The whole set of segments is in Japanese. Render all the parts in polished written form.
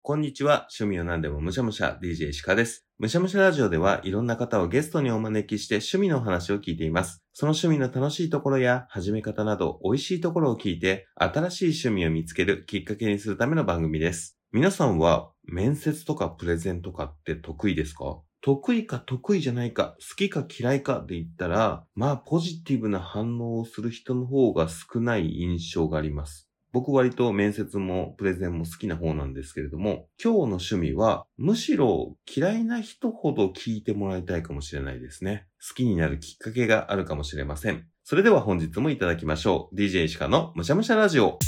こんにちは。趣味を何でもむしゃむしゃ DJ 石川です。むしゃむしゃラジオではいろんな方をゲストにお招きして趣味の話を聞いています。その趣味の楽しいところや始め方など美味しいところを聞いて新しい趣味を見つけるきっかけにするための番組です。皆さんは面接とかプレゼンとかって得意ですか？得意か得意じゃないか、好きか嫌いかで言ったら、ポジティブな反応をする人の方が少ない印象があります。僕割と面接もプレゼンも好きな方なんですけれども、今日の趣味はむしろ嫌いな人ほど聞いてもらいたいかもしれないですね。好きになるきっかけがあるかもしれません。それでは本日もいただきましょう。DJ 石川のむしゃむしゃラジオ。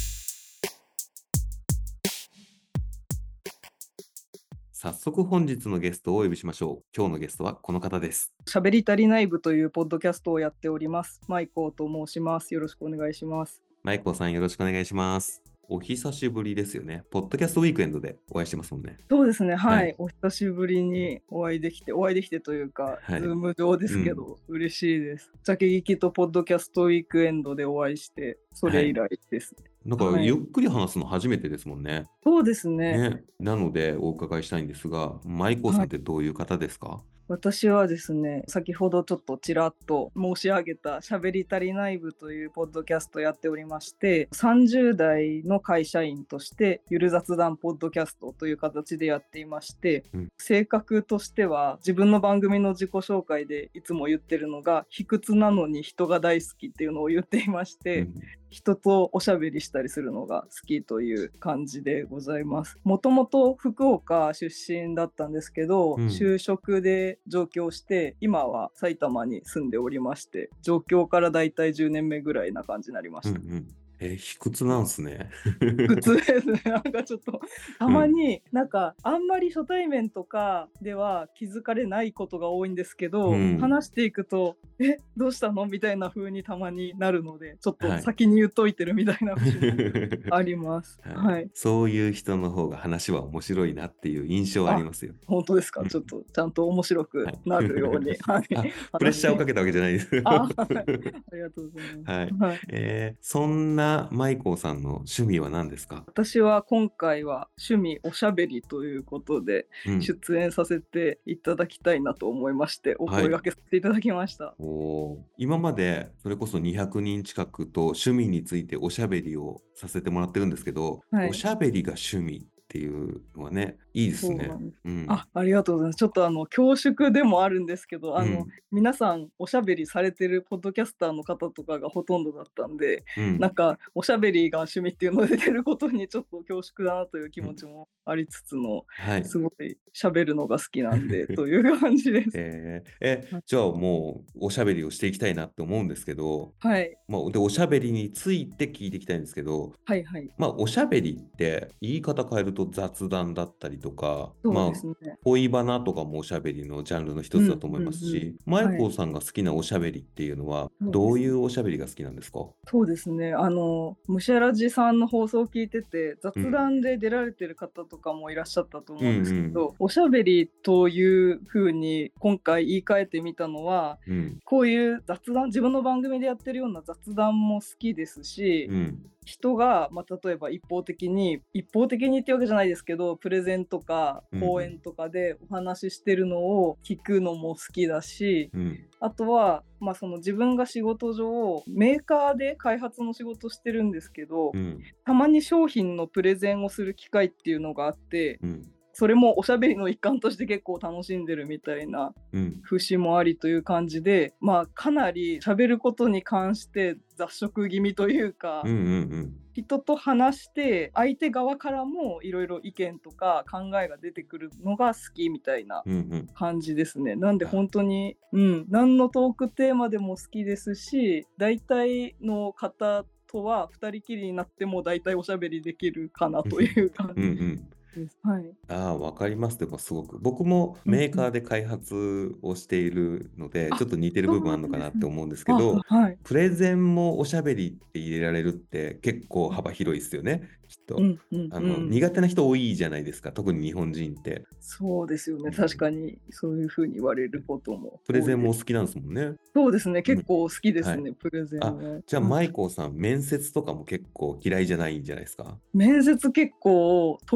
早速本日のゲストをお呼びしましょう。今日のゲストはこの方です。 喋り足りない部というポッドキャストをやっております。マイコーと申します。よろしくお願いします。 マイコーさんよろしくお願いします。お久しぶりですよね。ポッドキャストウィークエンドでお会いしてますもんね。 そうですね、はい。お久しぶりにお会いできてというか、ズーム上ですけど、嬉しいです。酒聞きとポッドキャストウィークエンドでお会いして、それ以来ですね。 なんかゆっくり話すの初めてですもんね。 そうですね。 なのでお伺いしたいんですが、マイコーさんってどういう方ですか？ 私はですね、先ほどちょっとちらっと申し上げた喋り足りない部というポッドキャストやっておりまして、30代の会社員としてゆる雑談ポッドキャストという形でやっていまして、性格としては自分の番組の自己紹介でいつも言ってるのが、卑屈なのに人が大好きっていうのを言っていまして、人とおしゃべりしたりするのが好きという感じでございます。もともと福岡出身だったんですけど、就職で上京して今は埼玉に住んでおりまして、上京からだいたい10年目ぐらいな感じになりました。 卑屈なんすね。 普通ですね。なんかちょっとたまになんかあんまり初対面とかでは気づかれないことが多いんですけど、話していくとどうしたのみたいな風にたまになるので、ちょっと先に言っといてるみたいな節もあります。 そういう人の方が話は面白いなっていう印象はありますよ。 本当ですか？ちょっとちゃんと面白くなるように、 プレッシャーをかけたわけじゃないです。 ありがとうございます。 そんなマイコーさんの趣味は何ですか？ 私は今回は趣味おしゃべりということで出演させていただきたいなと思いまして、お声掛けさせていただきました。 今までそれこそ200人近くと趣味についておしゃべりをさせてもらってるんですけど、おしゃべりが趣味っていうのはね、いいですね。 ありがとうございます。ちょっと恐縮でもあるんですけど、皆さんおしゃべりされてるポッドキャスターの方とかがほとんどだったんで、なんかおしゃべりが趣味っていうので出てることにちょっと恐縮だなという気持ちもありつつの、すごいしゃべるのが好きなんでという感じです。 じゃあもうおしゃべりをしていきたいなって思うんですけど、 でおしゃべりについて聞いていきたいんですけど、おしゃべりって言い方変えると雑談だったりとか、恋バナとかもおしゃべりのジャンルの一つだと思いますし、マイコーさんが好きなおしゃべりっていうのはどういうおしゃべりが好きなんですか？ そうですね、むしゃらじさんの放送を聞いてて、雑談で出られてる方とかもいらっしゃったと思うんですけど、おしゃべりという風に今回言い換えてみたのは、こういう雑談、自分の番組でやってるような雑談も好きですし、人が、例えば一方的にっていうわけじゃないですけど、プレゼンとか講演とかでお話ししてるのを聞くのも好きだし、あとは、その自分が仕事上メーカーで開発の仕事してるんですけど、たまに商品のプレゼンをする機会っていうのがあって、それもおしゃべりの一環として結構楽しんでるみたいな節もありという感じで、かなり喋ることに関して雑食気味というか、人と話して相手側からもいろいろ意見とか考えが出てくるのが好きみたいな感じですね。なんで本当に、何のトークテーマでも好きですし、大体の方とは2人きりになっても大体おしゃべりできるかなという感じ。 わかります。でもすごく僕もメーカーで開発をしているので、ちょっと似てる部分あるのかなって思うんですけど、プレゼンもおしゃべりって入れられるって結構幅広いですよね、きっと。苦手な人多いじゃないですか、特に日本人って。 そうですよね、確かにそういう風に言われることも。 プレゼンもお好きなんですもんね。 そうですね、結構好きですね、プレゼンは。 じゃあマイコーさん、面接とかも結構嫌いじゃないんじゃないですか？ 面接結構得意か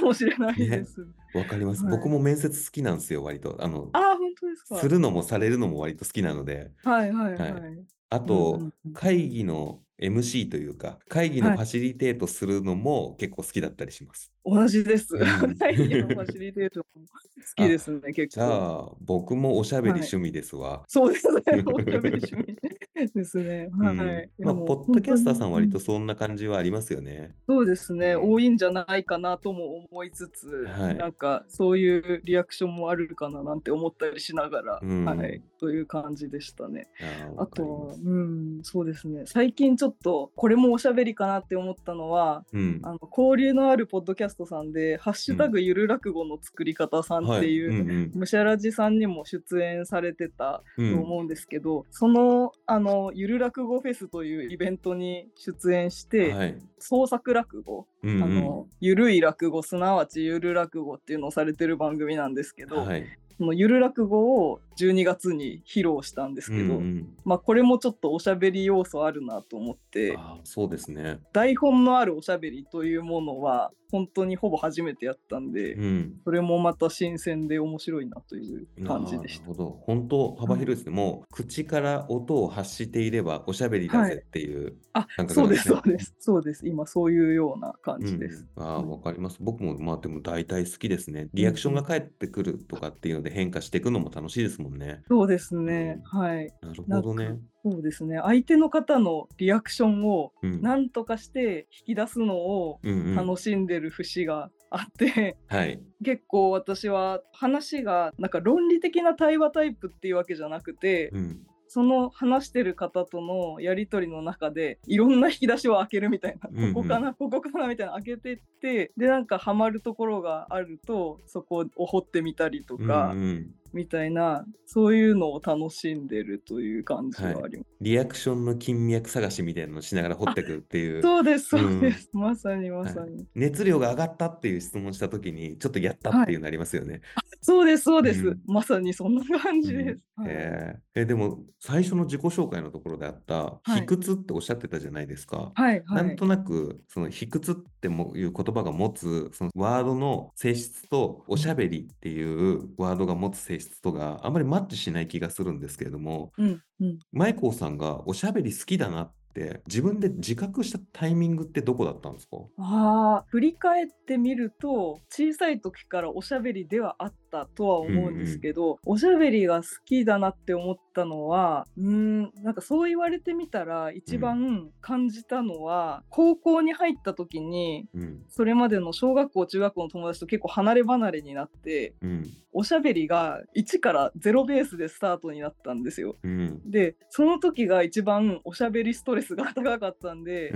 もしれないでね、 す。 わかります。 はい。 僕も面接好きなんですよ、割と。 ああ、本当ですか。 するのもされるのも割と好きなので。 はいはいはい。 はい。 あうんうと、 んうん。 会議の MC というか、会議のはい。 ファシリテートするのも結構好きだったりします。 同じです。 うん。 会議のファシリテーションも好きあ、 ですね、結じ構。 ゃあ、僕もおしゃべりはい。 趣味ですわ。 そうですね。おしゃべり趣味ですね。はい。 うん。 いやまあ、ポもうッドキャスター本当に、うん、 さん割とそんな感じはありますよね。 そうですね。多うん。 いんじゃないかなとも思いつつ、 はい。 なんかそういうリアクションもあるかななんて思ったりしながら、 うはい、 ん。 という感じでしたね。 ああ、わあと、 かります。 そうですね。最近ちょっとこれもおしゃべりかなって思ったのは、 うん。 交流のあるポッドキャストさんで、ハッシュタうん。 グゆる落語の作り方さんっはい。うんていう、 うん。 むしゃらじさんにも出演されてたうん。 と思うんですけど、その、ゆる落語フェスというイベントに出演して、 はい。 創作落語、 うんうん。 ゆるい落語、すなわちゆる落語っていうのをされてる番組なんですけど、 はい。 そのゆる落語を12月に披露したんですうんうけど、 ん。 まあこれもちょっとおしゃべり要素あるなと思って、 ああ、そうですね。 台本のあるおしゃべりというものは本当にほぼ初めてやったんで、 うん。 それもまた新鮮で面白いなという感じああ、 でした。 なるほど。本当幅はい。 広いですね。もう、口から音を発していればおしゃべりだぜはい。 っていうあ、 感覚そうです、そうなんですね。 です。そうです。今そういうような感うんうん。 じです。 ああ、 はい。 わかります。僕も、まあでも大体好きですね。リアクションがうんうん。 返ってくるとかっていうので変化していくのも楽しいですもんね。 そうですね。 うん。 はい。 なるなんか、 ほどね。 そうですね。相手の方のリアクションをうん。 何とかして引き出すのをうんうん。 楽しんでる節があって、 はい。 結構私は話がなんか論理的な対話タイプっていうわけじゃなくて、 うん。 その話してる方とのやり取りの中でいろんな引き出しを開けるみたいな、 うんうん。 ここかなみたいな開けてって、でなんかハマるところがあるとそこを掘ってみたりとうんかうん。 みたいな、そういうのを楽しんでるという感じはい。 はあります。 リアクションの金脈探しみたいなのをしながら掘っていくっていう。 そうですうそうでん。 す。まさにまはい。 さに。 熱量が上がったっていう質問したときに、ちょっとやったっはい。 ていうのありますよね。 そうですそうです。 うん。 まさにそんな感うん。 じです。はい。 でも、最初の自己紹介のところであった、卑はい。 屈っておっしゃってたじゃないですか。 はいはい。 なんとなく、その卑屈ってもいう言葉が持つ、そのワードの性質と、おしゃべりっていうワードが持つ性質とがあまりマッチしない気がするんですけれども、 うんうん。 マイコーさんがおしゃべり好きだなって自分で自覚したタイミングってどこだったんですか？ 振り返ってみると、小さい時からおしゃべりではあったとはうん思うんですけど、おしゃべりが好きだなって思ったのは、なんかそう言われてみたら一うん。 番感じたのは、高校に入った時に、 うん。 それまでの小学校、中学校の友達と結構離れ離れになって、 うん。 おしゃべりが1から0ベースでスタートになったんですよ。 うん。 で、その時が一番おしゃべりストレスが高かったんで、 うん。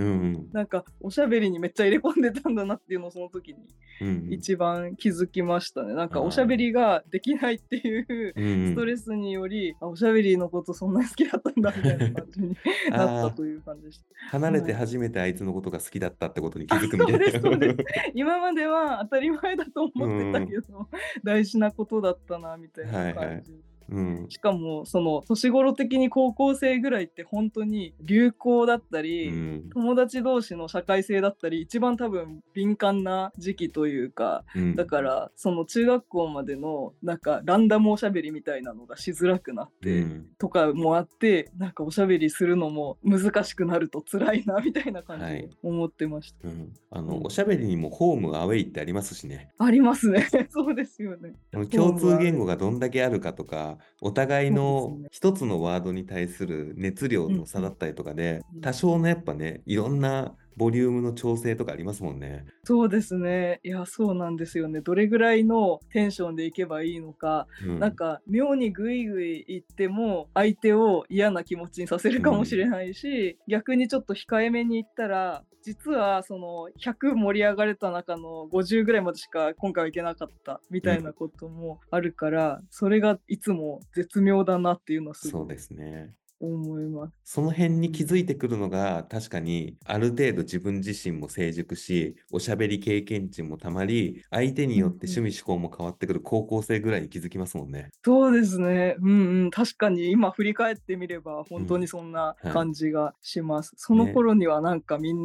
なんかおしゃべりにめっちゃ入れ込んでたんだなっていうのをその時にうん。 一番気づきましたね。なんかおしゃべああ。 りができないっていううんうストん。 レスにより、おしゃべりのことそんなに好きだったんだみたいな感じになったああ、 という感じでし離た。 れてはい。 初めてあいつのことが好きだったってことに気づくみたそういな。 ですそうです。今までは当たり前だとう思ってたけん。 ど、大事なことだったなみたいなはいはい。 感じ。 うん。 しかもその年頃的に高校生ぐらいって本当に流行だったうりん。 友達同士の社会性だったり一番多分敏感な時期というか、 うん。 だからその中学校までのなんかランダムおしゃべりみたいなのがしづらくなってうん。 とかもあって、なんかおしゃべりするのも難しくなると辛いなみたいな感じではい。 思ってました。 うん。おうん、 しゃべりにもホーム、アウェイってありますしね。 ありますね。そうですよね。ホー共通ムは言語がどんだけあるかとか、お互いそうですのね。 一つのワードに対する熱量うんうんの差だったりとかで、 うん多少のやっぱね、いろんなボリュームの調整とかありますもんね。 そうですね。いや、そうなんですよね。どれぐらいのテンションでいけばいいのか、 うん。 なんか妙にグイグイ言っても相手を嫌な気持ちにさせるかもしうん。 れないし、逆にちょっと控えめに言ったら、実はその100盛り上がれた中の50ぐらいまでしか今回はいけなかったみうん。 たいなこともあるから、それがいつも絶妙だなっていうのはすごいそうですね。 思います。 その辺に気うん、 づいてくるのが、確かにある程度自分自身も成熟し、おしゃべり経験値もたまり、相手によってうんうん、 趣味思考も変わってくる高校生ぐらいに気づきますもんね。 そうですね。うんうん。確かに今振り返ってみれば、本当にうん。 そんなはい。 感じがします。そのね。 頃にはなんかみんな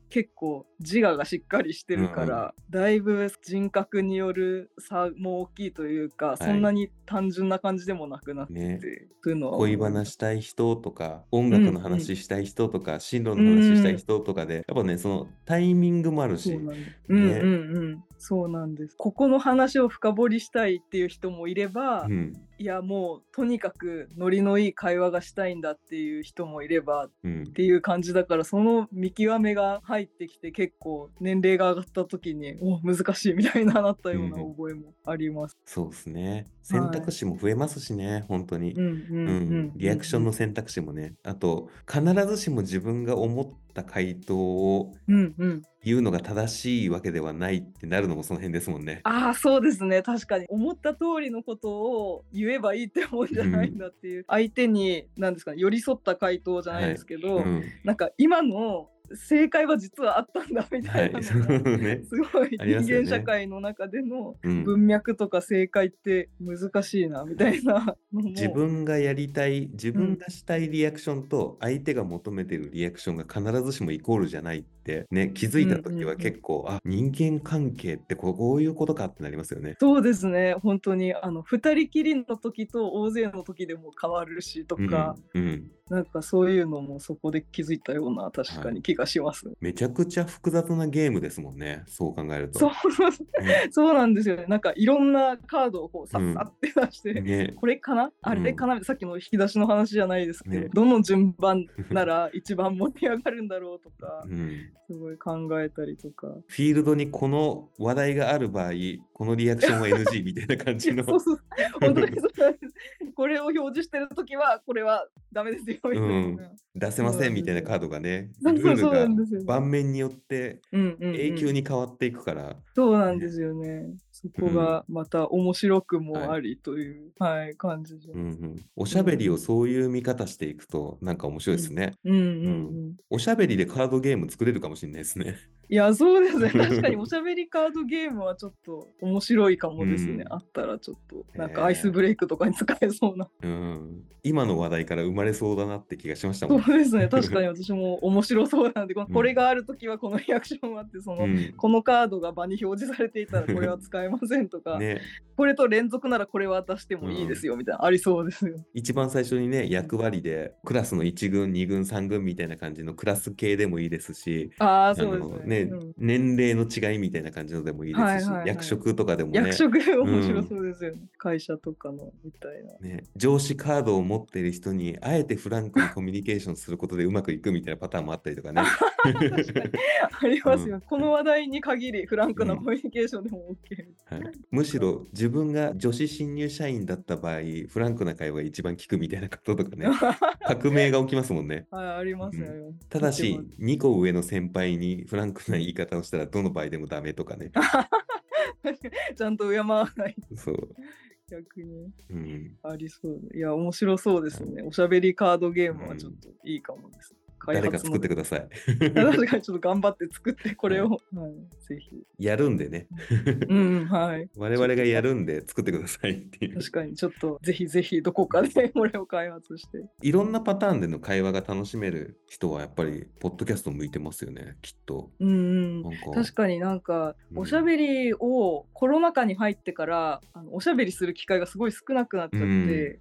結構自我がしっかりしてるから、だいぶ人格による差も大きいというか、そんなに単純な感じでもなくなってて、そういうのは恋バナしたい人とか音楽の話したい人とか、進路の話したい人とかで、やっぱねそのタイミングもあるし、 そうなんです。ここの話を深掘りしたいっていう人もいれば、いやもうとにかくノリのいい会話がしたいんだっていう人もいれば、っていう感じだから、その見極めが入ってきて結構年齢が上がった時に難しいみたいなったような覚えもあります。 そうですね。選択肢も増えますしね、本当に。リアクションの選択肢もね。あと必ずしも自分が思った回答を言うのが正しいわけではないってなるのもその辺ですもんね。 そうですね。確かに思った通りのことを言えばいいってもんじゃないんだっていう、相手に何ですかね、寄り添った回答じゃないですけど、なんか今の正解は実はあったんだみたいなのが、すごい人間社会の中での文脈とか正解って難しいなみたいなのも、 自分がやりたい、自分がしたいリアクションと相手が求めてるリアクションが必ずしもイコールじゃないってね、気づいた時は結構、人間関係ってこういうことかってなりますよね。 そうですね。本当に2人きりの時と大勢の時でも変わるしとか、なんかそういうのもそこで気づいたような確かに気がします。 めちゃくちゃ複雑なゲームですもんね、そう考えると。 そうなんですよね。なんかいろんなカードをこうさっさって出して、これかなあれかな、さっきの引き出しの話じゃないですけど、どの順番なら一番盛り上がるんだろうとか、すごい考えたりとか。 フィールドにこの話題がある場合、このリアクションは NG みたいな感じの。 そう本当にそうなんです。これを表示してるときはこれはダメですよみたいな、 出せませんみたいなカードがね、ルールが盤面によって永久に変わっていくから。 そうなんですよね。そこがまた面白くもありという、感じです。 おしゃべりをそういう見方していくとなんか面白いですね。おしゃべりでカードゲーム作れるかもしれないですね。 いや、そうですね。確かにおしゃべりカードゲームはちょっと面白いかもですね。あったらちょっとなんかアイスブレイクとかに使えそうな。 今の話題から生まれそうだなって気がしましたもん。 そうですね。確かに私も面白そうなんで、これがあるときはこのリアクションはあって、このカードが場に表示されていたらこれは使えませんとか、これと連続ならこれは出してもいいですよみたいな、ありそうですよ。 一番最初にね、役割でクラスの1軍、2軍、3軍みたいな感じのクラス系でもいいですし、 そうですね。 年齢の違いみたいな感じのでもいいですし、役職とかでもね。 役職面白そうですよね。会社とかのみたいな。 上司カードを持ってる人にあえてフランクにコミュニケーションすることでうまくいくみたいなパターンもあったりとかね。 ありますよ。この話題に限りフランクなコミュニケーションでも OK。 むしろ自分が女子新入社員だった場合、フランクな会話が一番効くみたいなこととかね。革命が起きますもんね。 ありますね。 ただし、2個上の先輩にフランクな言い方をしたらどの場合でもダメとかね。 ちゃんと敬わない。 そう。 逆に、ありそうで。いや、面白そうですね。おしゃべりカードゲームはちょっといいかもです。 誰か作ってください。 確かにちょっと頑張って作ってこれを、ぜひ。 やるんでね。我々がやるんで作ってくださいっていう。 確かにちょっとぜひぜひどこかでこれを開発して。 いろんなパターンでの会話が楽しめる人はやっぱりポッドキャスト向いてますよね、きっと。 確かになんかおしゃべりをコロナ禍に入ってからおしゃべりする機会がすごい少なくなっちゃって、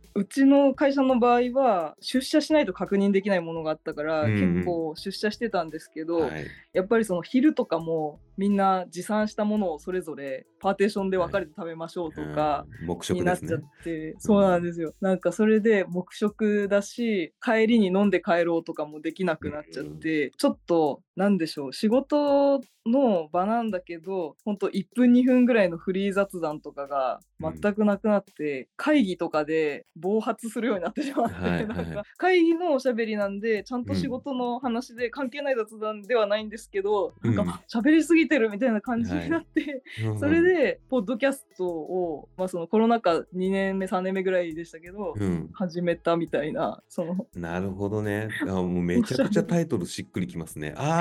うちの会社の場合は出社しないと確認できないものがあったから、結構出社してたんですけど、やっぱりその昼とかもみんな持参したものをそれぞれパーテーションで分かれて食べましょうとかになっちゃって、そうなんですよ。なんかそれで黙食だし、帰りに飲んで帰ろうとかもできなくなっちゃって、ちょっとなんでしょう、仕事の場なんだけど本当1分2分ぐらいのフリー雑談とかが全くなくなって、会議とかで暴発するようになってしまって、なんか会議のおしゃべりなんでちゃんと仕事の話で関係ない雑談ではないんですけど、なんか喋りすぎてるみたいな感じになって、それでポッドキャストを、そのコロナ禍2年目3年目ぐらいでしたけど、始めたみたいな。 なるほどね。もうめちゃくちゃタイトルしっくりきますね。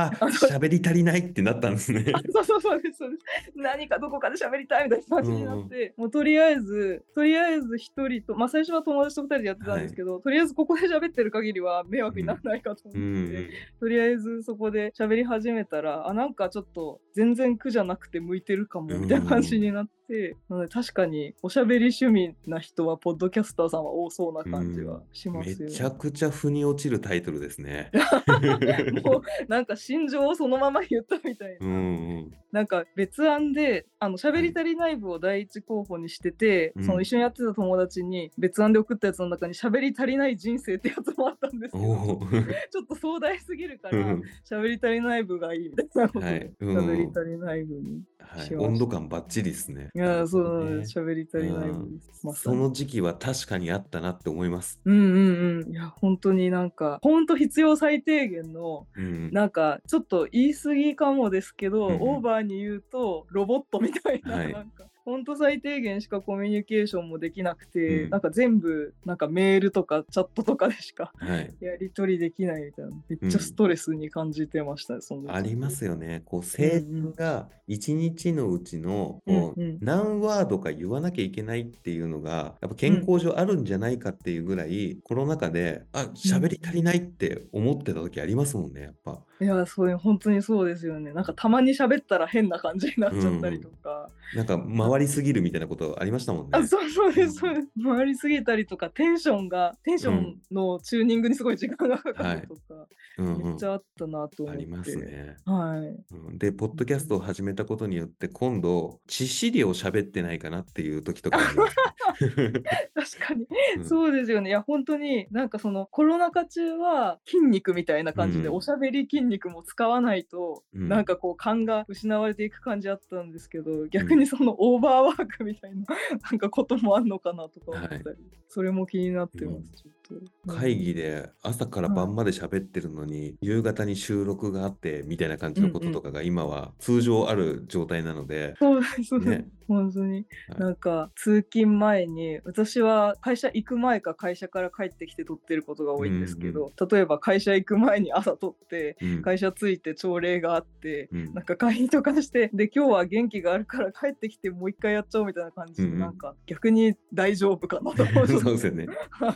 そう喋り足りないってなったんですね。 そうです。何かどこかで喋りたいみたいな感じになって、もうとりあえず一人と、まあ最初は友達と二人でやってたんですけど、とりあえずここで喋ってる限りは迷惑にならないかと思って、とりあえずそこで喋り始めたら、なんかちょっと全然苦じゃなくて向いてるかもみたいな感じになって、なので確かにおしゃべり趣味な人はポッドキャスターさんは多そうな感じはしますよね。 めちゃくちゃ腑に落ちるタイトルですね。 もうなんか心情をそのまま言ったみたいな。なんか別案で喋り足りない部を第一候補にしてて、その一緒にやってた友達に別案で送ったやつの中に喋り足りない人生ってやつもあったんですけど、ちょっと壮大すぎるから喋り足りない部がいいみたいなことで、喋り足りない部にしました。 温度感バッチリですね。 いや、そうなんです。喋り足りない部です。 その時期は確かにあったなって思います。 いや本当になんか本当必要最低限の、なんかちょっと言い過ぎかもですけど、オーバーに言うとロボットみたいな、なんか本当最低限しかコミュニケーションもできなくて、なんか全部なんかメールとかチャットとかでしかやり取りできないみたいな、めっちゃストレスに感じてました、その時。 ありますよね。こう生徒が1日のうちのこう、何ワードか言わなきゃいけないっていうのがやっぱ健康上あるんじゃないかっていうぐらい、コロナ禍で喋り足りないって思ってた時ありますもんね、やっぱ。 いや、本当にそうですよね。なんかたまに喋ったら変な感じになっちゃったりとか、 なんか回りすぎるみたいなことありましたもんね。 そうです。回りすぎたりとか、テンションのチューニングにすごい時間がかかるとか、めっちゃあったなと思って。 ありますね。 で、 ポッドキャストを始めたことによって今度致死量喋ってないかなっていう時とかあります。 確かに、そうですよね。いや本当になんかそのコロナ禍中は筋肉みたいな感じで、おしゃべり筋肉も使わないと、なんかこう勘が失われていく感じあったんですけど、逆にそのオーバーワークみたいななんかこともあんのかなとか思ったり、それも気になってます。ちょっと会議で朝から晩まで喋ってるのに、夕方に収録があってみたいな感じのこととかが今は通常ある状態なので、 そうですね。本当になんか通勤前に、私は会社行く前か会社から帰ってきて撮ってることが多いんですけど、例えば会社行く前に朝撮って、会社着いて朝礼があって、なんか会議とかして、で今日は元気があるから帰ってきてもう一回やっちゃおうみたいな感じで、なんか逆に大丈夫かなと思う。 そうですよね。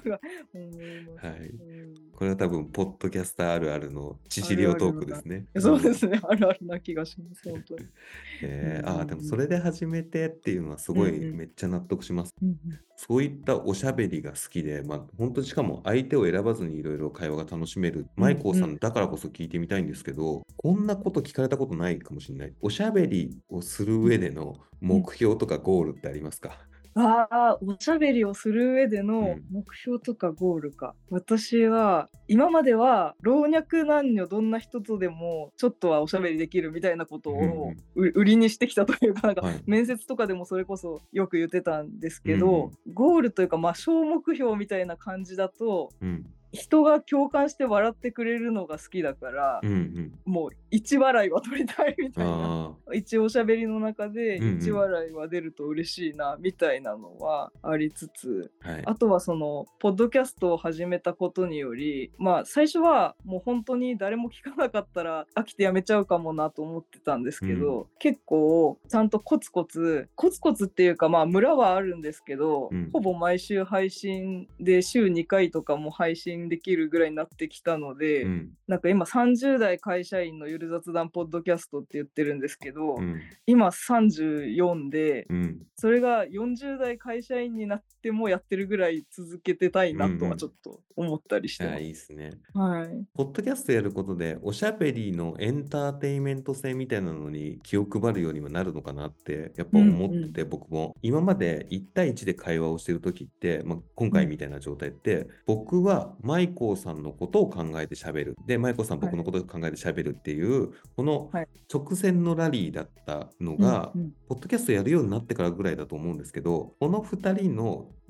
これは多分ポッドキャスターあるあるの致死量トークですね。 そうですね。あるあるな気がします、本当に。 でもそれで始めてっていうのはすごいめっちゃ納得します。そういったおしゃべりが好きで、本当にしかも相手を選ばずにいろいろ会話が楽しめるマイコーさんだからこそ聞いてみたいんですけど、こんなこと聞かれたことないかもしれない。おしゃべりをする上での目標とかゴールってありますか？ おしゃべりをする上での目標とかゴールか。私は今までは老若男女どんな人とでもちょっとはおしゃべりできるみたいなことを売りにしてきたというか、なんか面接とかでもそれこそよく言ってたんですけど、ゴールというか小目標みたいな感じだと、人が共感して笑ってくれるのが好きだから、もう1笑いは取りたいみたいな、一応おしゃべりの中で1笑いは出ると嬉しいなみたいなのはありつつ、あとはそのポッドキャストを始めたことにより、最初はもう本当に誰も聞かなかったら飽きてやめちゃうかもなと思ってたんですけど、結構ちゃんとコツコツっていうか、村はあるんですけど、ほぼ毎週配信で週2回とかも配信できるぐらいになってきたので、なんか今30代会社員のゆる雑談ポッドキャストって言ってるんですけど、今34で、それが40代会社員になってもやってるぐらい続けてたいなとはちょっと思ったりしてます。 いいですね。ポッドキャストやることでおしゃべりのエンターテインメント性みたいなのに気を配るようにもなるのかなってやっぱ思ってて、僕も今まで1対1で会話をしてる時って、今回みたいな状態って、僕はマイコーさんのことを考えて喋る。で、マイコーさん僕のことを考えて喋るっていう、この直線のラリーだったのが、ポッドキャストやるようになってからぐらいだと思うんですけど、この2人の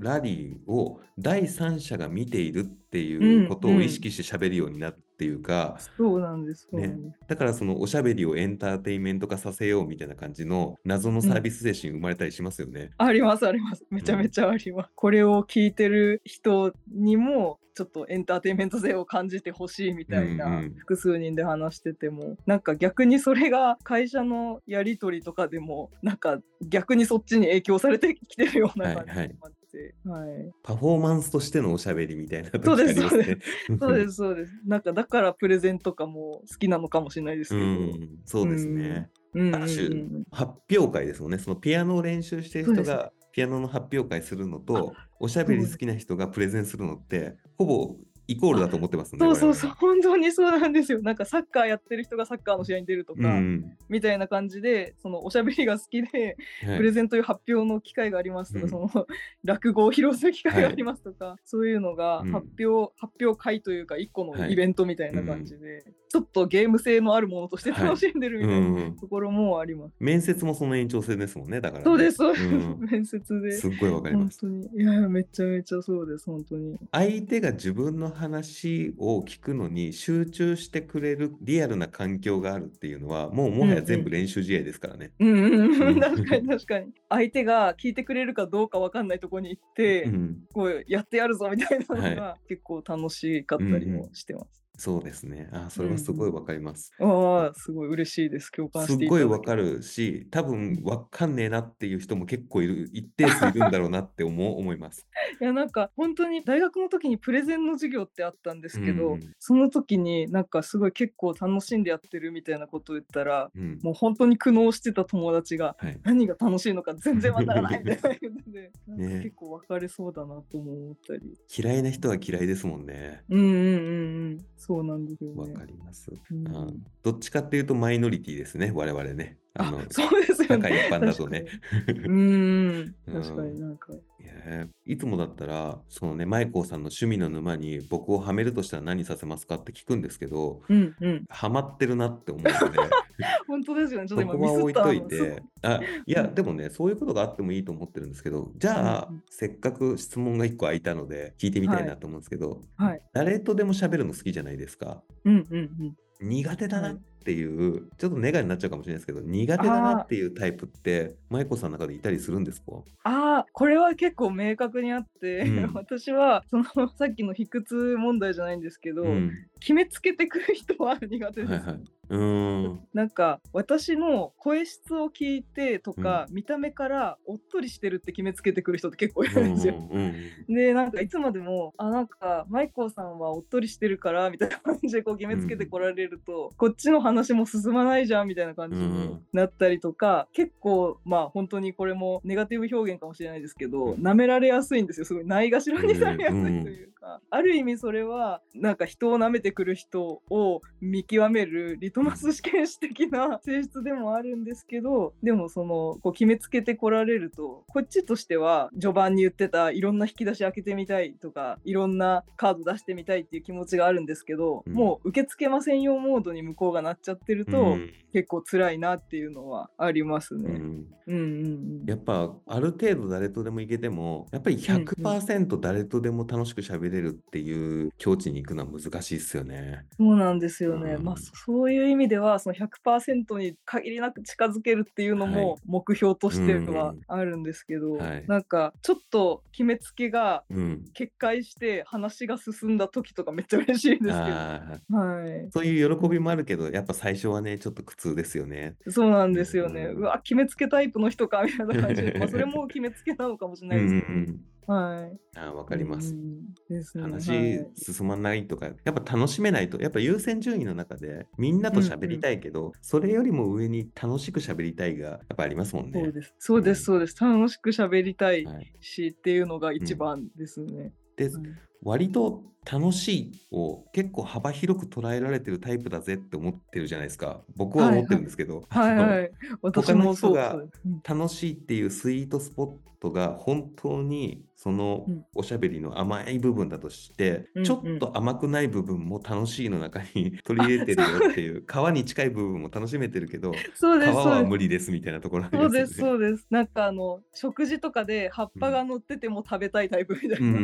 ラリーを第三者が見ているっていうことを意識して喋るようになるっていうか、 そうなんです。そうなね、 んです。 だからそのおしゃべりをエンターテインメント化させようみたいな感じの謎のサービス精神生まれたりしますよね。 ありますあります。めちゃめちゃあります。これを聞いてる人にもちょっとエンターテインメント性を感じてほしいみたいな、複数人で話しててもなんか逆にそれが会社のやり取りとかでもなんか逆にそっちに影響されてきてるような感じがあって、 パフォーマンスとしてのおしゃべりみたいな時そうありますね。 そうですそうです。なんかだからプレゼンとかも好きなのかもしれないですけど、 そうですね。ある種発表会ですもんね。そのピアノを練習してる人がピアノの発表会するのと、おしゃべり好きな人がプレゼンするのってほぼイコールだと思ってますね。 そう本当にそうなんですよ。なんかサッカーやってる人がサッカーの試合に出るとか、みたいな感じで、そのおしゃべりが好きで、プレゼンという発表の機会がありますとか、その落語を披露する機会がありますとか、そういうのが発表会というか一個のイベントみたいな感じで、ちょっとゲーム性のあるものとして楽しんでるみたいなところもあります。 面接もその延長線ですもんね。だから、ね、 そうですそうです、面接で。 すっごいわかります。 本当にいやめちゃめちゃそうです本当に。 相手が自分の話を聞くのに集中してくれるリアルな環境があるっていうのはもはや全部練習試合ですからね。 確かに確かに。相手が聞いてくれるかどうか分かんないところに行って、こうやってやるぞみたいなのが結構楽しかったりもしてます。 そうですね。それはすごいわかります。 すごい嬉しいです。共感していただきすっごいわかるし、多分わかんねえなっていう人も結構一定数いるんだろうなって思います。 いやなんか本当に大学の時にプレゼンの授業ってあったんですけど、その時になんかすごい結構楽しんでやってるみたいなことを言ったら、もう本当に苦悩してた友達が、何が楽しいのか全然わからないみたいな言ってて、なんか結構分かれそうだなとも思ったり。 嫌いな人は嫌いですもんね。 そうなんですよね。 わかります。どっちかっていうとマイノリティですね、我々ね。 そうですよね。 社会一般だとね。 確かになんか。 いつもだったら、そのね、マイコーさんの趣味の沼に僕をはめるとしたら何させますかって聞くんですけど、ハマってるなって思うので、 本当ですよね。ちょっと今そこは置いといて、いや、でもね、そういうことがあってもいいと思ってるんですけど、じゃあ、せっかく質問が1個空いたので、聞いてみたいなと思うんですけど、誰とでも喋るの好きじゃないですか。苦手だなっていう、ちょっとネガになっちゃうかもしれないですけど、苦手だなっていうタイプって、マイコさんの中でいたりするんですか？ これは結構明確にあって、私はそのさっきの卑屈問題じゃないんですけど、決めつけてくる人は苦手です。なんか私の声質を聞いてとか、見た目からおっとりしてるって決めつけてくる人って結構いるんですよ。でなんかいつまでもなんかマイコーさんはおっとりしてるからみたいな感じでこう決めつけてこられると、こっちの話も進まないじゃんみたいな感じになったりとか、結構本当にこれもネガティブ表現かもしれないですけど、舐められやすいんですよ。すごいないがしろにされやすいというか、ある意味それはなんか人を舐めてくる人を見極めるリトマス試験紙的な性質でもあるんですけど、でもそのこう決めつけてこられると、こっちとしては序盤に言ってたいろんな引き出し開けてみたいとか、いろんなカード出してみたいっていう気持ちがあるんですけど、もう受け付けませんよモードに向こうがなっちゃってると、結構辛いなっていうのはありますね。 やっぱある程度誰とでもいけても、やっぱり 100% 誰とでも楽しく喋れるっていう境地に行くのは難しいですよね。 そうなんですよね。そういう意味ではその 100% に限りなく近づけるっていうのも目標としてはあるんですけど、なんかちょっと決めつけが決壊して話が進んだ時とかめっちゃ嬉しいんですけど、 そういう喜びもあるけど、やっぱ最初はねちょっと苦痛ですよね。 そうなんですよね。うわ決めつけタイプの人かみたいな感じで、それも決めつけなのかもしれないですけど、 わかります。話進まないとか、やっぱ楽しめないと、やっぱ優先順位の中でみんなと喋りたいけど、それよりも上に楽しく喋りたいがやっぱありますもんね。 そうです。楽しく喋りたいしっていうのが一番ですね。 で、割と楽しいを結構幅広く捉えられてるタイプだぜって思ってるじゃないですか。僕は思ってはいはいるんですけど、 はいはい。私他のもそうそ人がうです。うん楽しいっていうスイートスポットが本当にそのうんおしゃべりの甘い部分だとして、ちょっうんうん。 と甘くない部分も楽しいの中に取りあ、 入れてるよってそうです。 いう、皮に近い部分も楽しめてるけど、 そう皮ですそうです。 は無理ですみたいなところありそうですますよね。 そうです。なんか食事とかで葉っうん。 ぱが乗ってても食べたいタイプみたいなうん。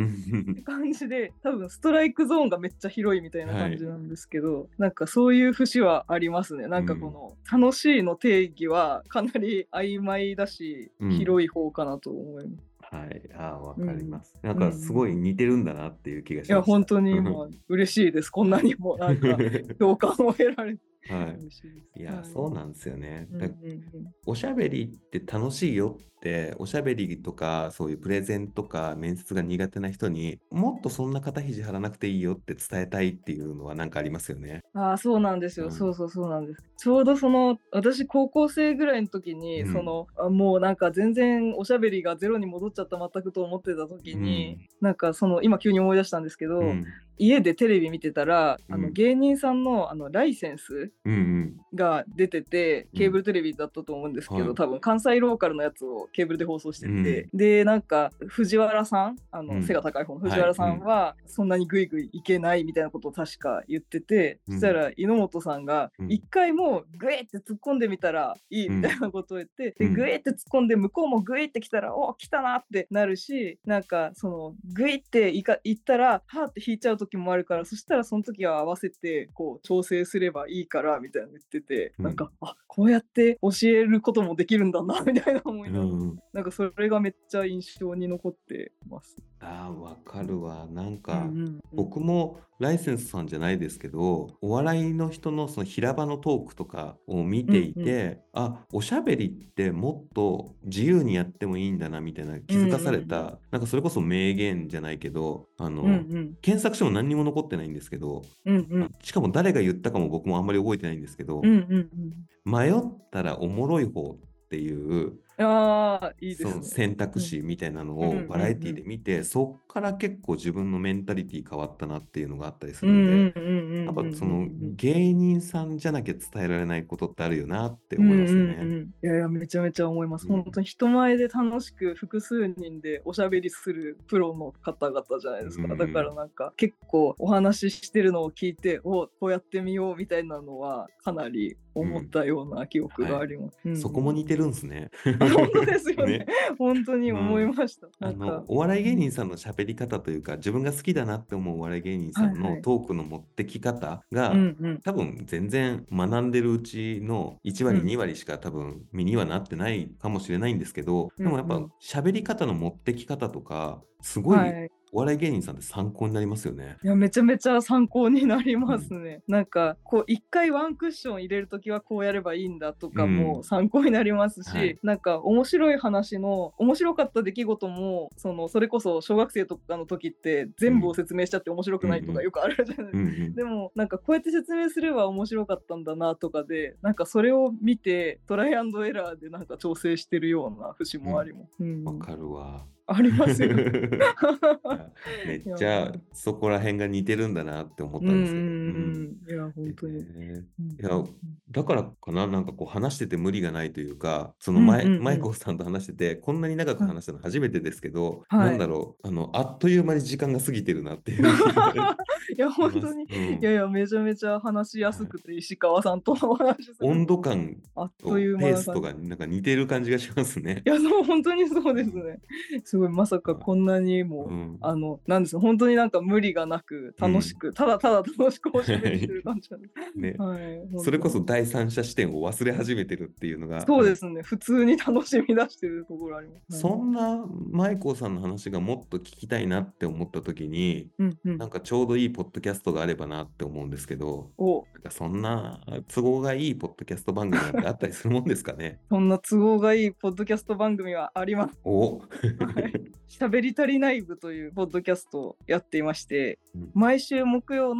感じで、多分ストライクゾーンがめっちゃ広いみたいなはい。 感じなんですけど、なんかそういう節はありますね。なんかこうん。 の楽しいの定義はかなり曖昧だし、 うん。 広い方かなと思います。 はい。ああ、わうん。 かります。なんうんうかすごいん。 似てるんだなっていう気がいや、 しました。 本当に今嬉しいです。こんなにもなんか共感を得られては嬉しいです。 い。いや、 はい。 そうなんですよね。 うんうんおしゃべりって楽しいよって、おしゃべりとか、そういうプレゼンとか面接が苦手な人にもっとそんな肩肘張らなくていいよって伝えたいっていうのはなんかありますよね。 ああ、そうなんですよ。そううん。 そうそうなんです。ちょうど私高校生ぐらいの時に、 うん。 もうなんか全然おしゃべりがゼロに戻っちゃった全くと思ってた時に、 うん。 なんか今急に思い出したんですけど、 うん。 家でテレビ見てたら、 うん。 芸人さんのライセンスうん。 が出てて、 うん。 ケーブルテレビだったと思うんですけど、 はい。 多分関西ローカルのやつをケーブルで放送してて、 うん。 で、なんか藤原さん、背うん。 が高い方の藤はい。 原さんうん。 はそんなにグイグイいけないみたいなことを確か言ってて、 うん。 そしたら猪本さんがうん。 一回もうグイって突っ込んでみたらいいうん。 みたいなことを言って、で、グうん。 イって突っ込んで向こうもグイって来たら、お、来たなってなるし、なんかグイって行ったら、はーって引いちゃう時もあるから、そしたらその時は合わせてこう調整すればいいからみたいなの言ってて、 うん。 なんか、あ、こうやって教えることもできるんだなみたいな思いながら、 うん。 なんかそれがめっちゃ印象に残ってます。 ああ、わかるわ。なんうんうか、 んうん。 僕もライセンスさんじゃないですけど、お笑いの人のその平場のトークとかを見てうんうん。 いて、あ、おしゃべりってもっと自由にやってもいいんだなみたいなうんう気づかされん。 た、なんかそれこそ名言じゃないけど、 うんうん。 検索しても何にも残ってないんですけど、 うんうん。 しかも誰が言ったかも僕もあんまり覚えてないんですけど、 うんうんうん。 迷ったらおもろい方っていうああ、いいでそのすね。 選択うん。 肢みたいなのうんうをバラエティんで見て、そっから結構自分のメンタリティ変わったなっていうのがあったりすうん。うるので、 んうんうんうんやっうんうんぱそのうん。 芸人さんじゃなきゃ伝えられないことってあるよなって思いますようんうんね。 うん。いやいや、めちゃめちゃ思います。 うん。 本当に人前で楽しく複数人でおしゃべりするプロの方々じゃないうですか。だからん。 なんか結構お話ししてるのを聞いて、お、こうやってみようみたいなのはかなり思っうん。 たような記憶はい。 があります。うんうそこもん。 似てるんすね。 あ、本当ですよね。 ね。 本当に思いうん。 ました。なんか、 お笑い芸うん。 人さんの喋り方というか、自分が好きだなって思うお笑い芸人さんのはいはい。 トークの持ってき方うが、 んうん。 多分全然学んでるうちの1割、 うん。 2割しか多分身にはなってないかもしれないんですけど、でもやっぱうんうん。 喋り方の持ってき方とか、すごいはい。 お笑い芸人さんって参考になりますよね。 いや、めちゃめちゃ参考になりうん。 ますね。なんか、こう一回ワンクッション入れるときはこうやればいいんだとかもうん。 参考になりますし、 はい。 なんか面白い話の面白かった出来事も、それこそ小学生とかの時って全部をうん。 説明しちゃって面白くないとかうんうん。 よくあるじゃないですか。 うんうん。 でも、なんかこうやって説明すれば面白かったんだなとかで、なんかそれを見てトライアンドエラーでなんか調整してるような節うん。 もあります。うん。 わかるわ。 ありますよね。 いや、めっいやちゃー、 そこら辺が似てるんだなって思っうんうたんですけど。うん。 んうん。いや、本当に。うんいや、だからかな、なんかこう話してて無理がないというか、そのうんうんマイうん。 コさんと話してて、こんなに長くはい。 話したの初めてですけど、なはい。 んだろう、あっという間に時間が過ぎてるなっていう気がしいや、本ます。 当に。 うん。 いやいや、めちゃめちゃ話しやはい。 すくて、石川さんとお話しする温の度感あっといとう間な感じ。 ペースとかなんか似てる感じがしますね。 いや、そう、本当にそううん。 ですね。すごい、まさかあ、 こんなにも、 うん。 なんですよ、本当になんか無理がなく、 うん。 楽しく、ただただ楽しくおしゃべりしてはい。 る感じなんです。 ね。 はい、本当に。 それこそ第三者視点を忘れ始めてるっていうのが、 そうですね、普通に楽しみ出してるところあります。はい。 そんなマイコーさんの話がもっと聞きたいなって思った時に、 うんうん。 なんかちょうどいいポッドキャストがあればなって思うんですけど、 お、 なんかそんな都合がいいポッドキャスト番組なんてあったりするもんですかね。 そんな都合がいいポッドキャスト番組はあります。 お。 はい。喋り足りない部というポッドキャストをやっていまして、 うん。 毎週木曜の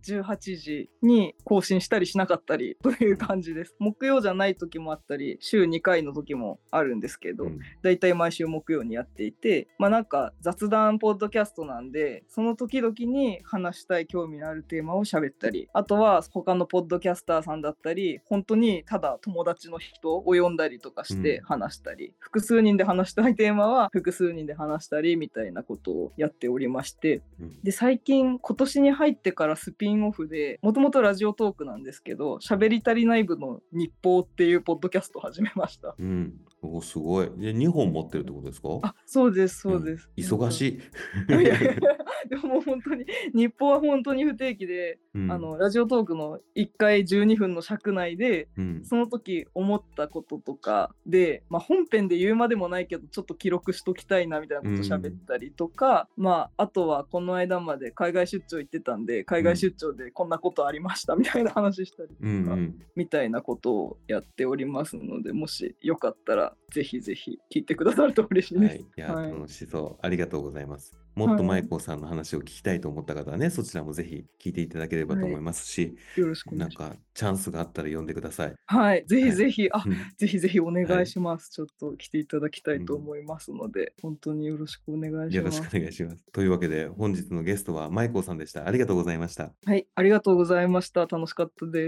18時に更新したりしなかったりという感じです。木曜じゃない時もあったり、週2回の時もあるんですけど、だいたい毎週木曜にやっていて、なんか雑談ポッドキャストなんで、その時々に話したい興味のあるテーマを喋ったり、あとは他のポッドキャスターさんだったり、本当にただ友達の人を呼んだりとかして話したり、複数人で話したいテーマは複数人で話したりみたいなことをやっておりまして、で最近今年に入ってからスピンオフで、もともとラジオトークなんですけど、喋り足りない部の日報っていうポッドキャストを始めました。 すごい。で、2本持ってるってことですか？ あ、そうですそうです。 忙しい。 でも本当に日報は本当に不定期で、ラジオトークの1回12分の尺内で、その時思ったこととかで、本編で言うまでもないけどちょっと記録しときたいなみたいなこと喋ったりとか、あとはこの間まで海外出張行ってたんで、海外出張でこんなことありましたみたいな話したりとか、みたいなことをやっておりますので、もしよかったらぜひぜひ聞いてくださると嬉しいです。 いや、楽しそう。ありがとうございます。もっと舞子さんの話を聞きたいと思った方はね、そちらもぜひ聞いていただければと思いますし、 よろしくお願いします。 なんかチャンスがあったら呼んでください。 はい、ぜひぜひ、ぜひぜひお願いします。ちょっと来ていただきたいと思いますので、本当によろしくお願いします。 よろしくお願いします。というわけで、本日のゲストは舞子さんでした。ありがとうございました。 はい、ありがとうございました。楽しかったです。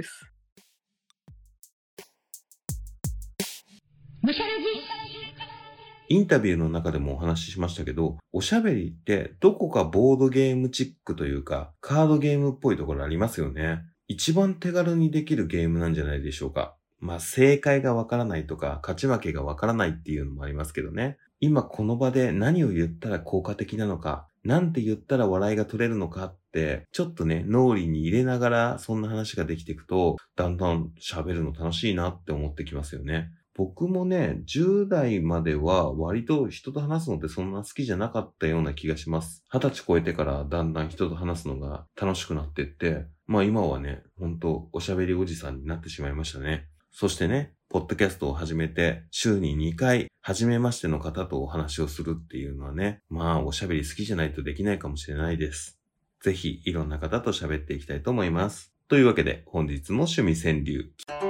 インタビューの中でもお話ししましたけど、おしゃべりってどこかボードゲームチックというか、カードゲームっぽいところありますよね。一番手軽にできるゲームなんじゃないでしょうか。正解がわからないとか、勝ち負けがわからないっていうのもありますけどね。今この場で何を言ったら効果的なのか、なんて言ったら笑いが取れるのかって、ちょっとね、脳裏に入れながらそんな話ができていくと、だんだん喋るの楽しいなって思ってきますよね。僕もね、10代までは割と人と話すのってそんな好きじゃなかったような気がします。20歳超えてからだんだん人と話すのが楽しくなってって、今はね、本当おしゃべりおじさんになってしまいましたね。そしてね、ポッドキャストを始めて、週に2回、初めましての方とお話をするっていうのはね、おしゃべり好きじゃないとできないかもしれないです。ぜひ、いろんな方と喋っていきたいと思います。というわけで、本日の趣味川柳。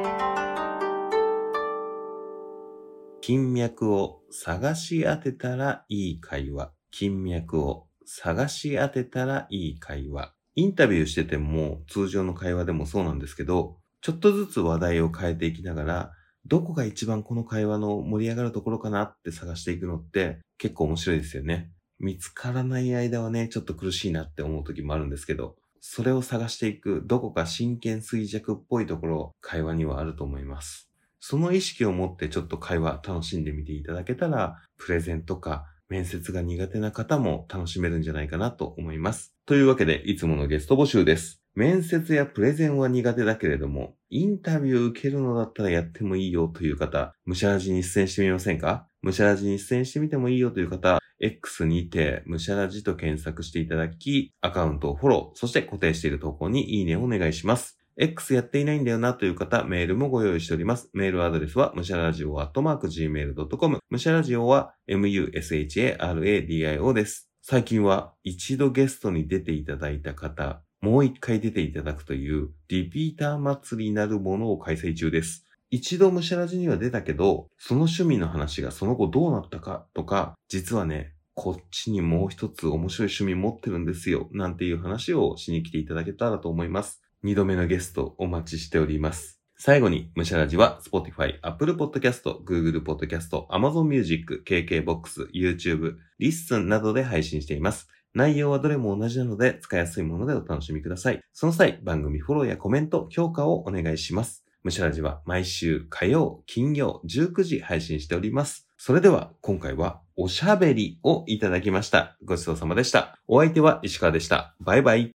金脈を探し当てたらいい会話。金脈を探し当てたらいい会話。インタビューしてても、通常の会話でもそうなんですけど、ちょっとずつ話題を変えていきながら、どこが一番この会話の盛り上がるところかなって探していくのって結構面白いですよね。見つからない間はね、ちょっと苦しいなって思う時もあるんですけど、それを探していくどこか真剣衰弱っぽいところ、会話にはあると思います。その意識を持ってちょっと会話楽しんでみていただけたら、プレゼンとか面接が苦手な方も楽しめるんじゃないかなと思います。というわけで、いつものゲスト募集です。面接やプレゼンは苦手だけれども、インタビュー受けるのだったらやってもいいよという方、むしゃらじに出演してみませんか？むしゃらじに出演してみてもいいよという方、X にてむしゃらじと検索していただき、アカウントをフォロー、そして固定している投稿にいいねをお願いします。X やっていないんだよなという方、メールもご用意しております。メールアドレスは、むしゃらじお@gmail.com。むしゃらじおは、musharadio です。最近は、一度ゲストに出ていただいた方、もう一回出ていただくという、リピーター祭りなるものを開催中です。一度むしゃらじには出たけど、その趣味の話がその後どうなったかとか、実はね、こっちにもう一つ面白い趣味持ってるんですよ、なんていう話をしに来ていただけたらと思います。2度目のゲストお待ちしております。最後に、むしゃらじは Spotify、Apple Podcast、Google Podcast、Amazon Music、KKBOX、YouTube、Listen などで配信しています。内容はどれも同じなので使いやすいものでお楽しみください。その際、番組フォローやコメント、評価をお願いします。むしゃらじは毎週火曜、金曜、19時配信しております。それでは今回はおしゃべりをいただきました。ごちそうさまでした。お相手は石川でした。バイバイ。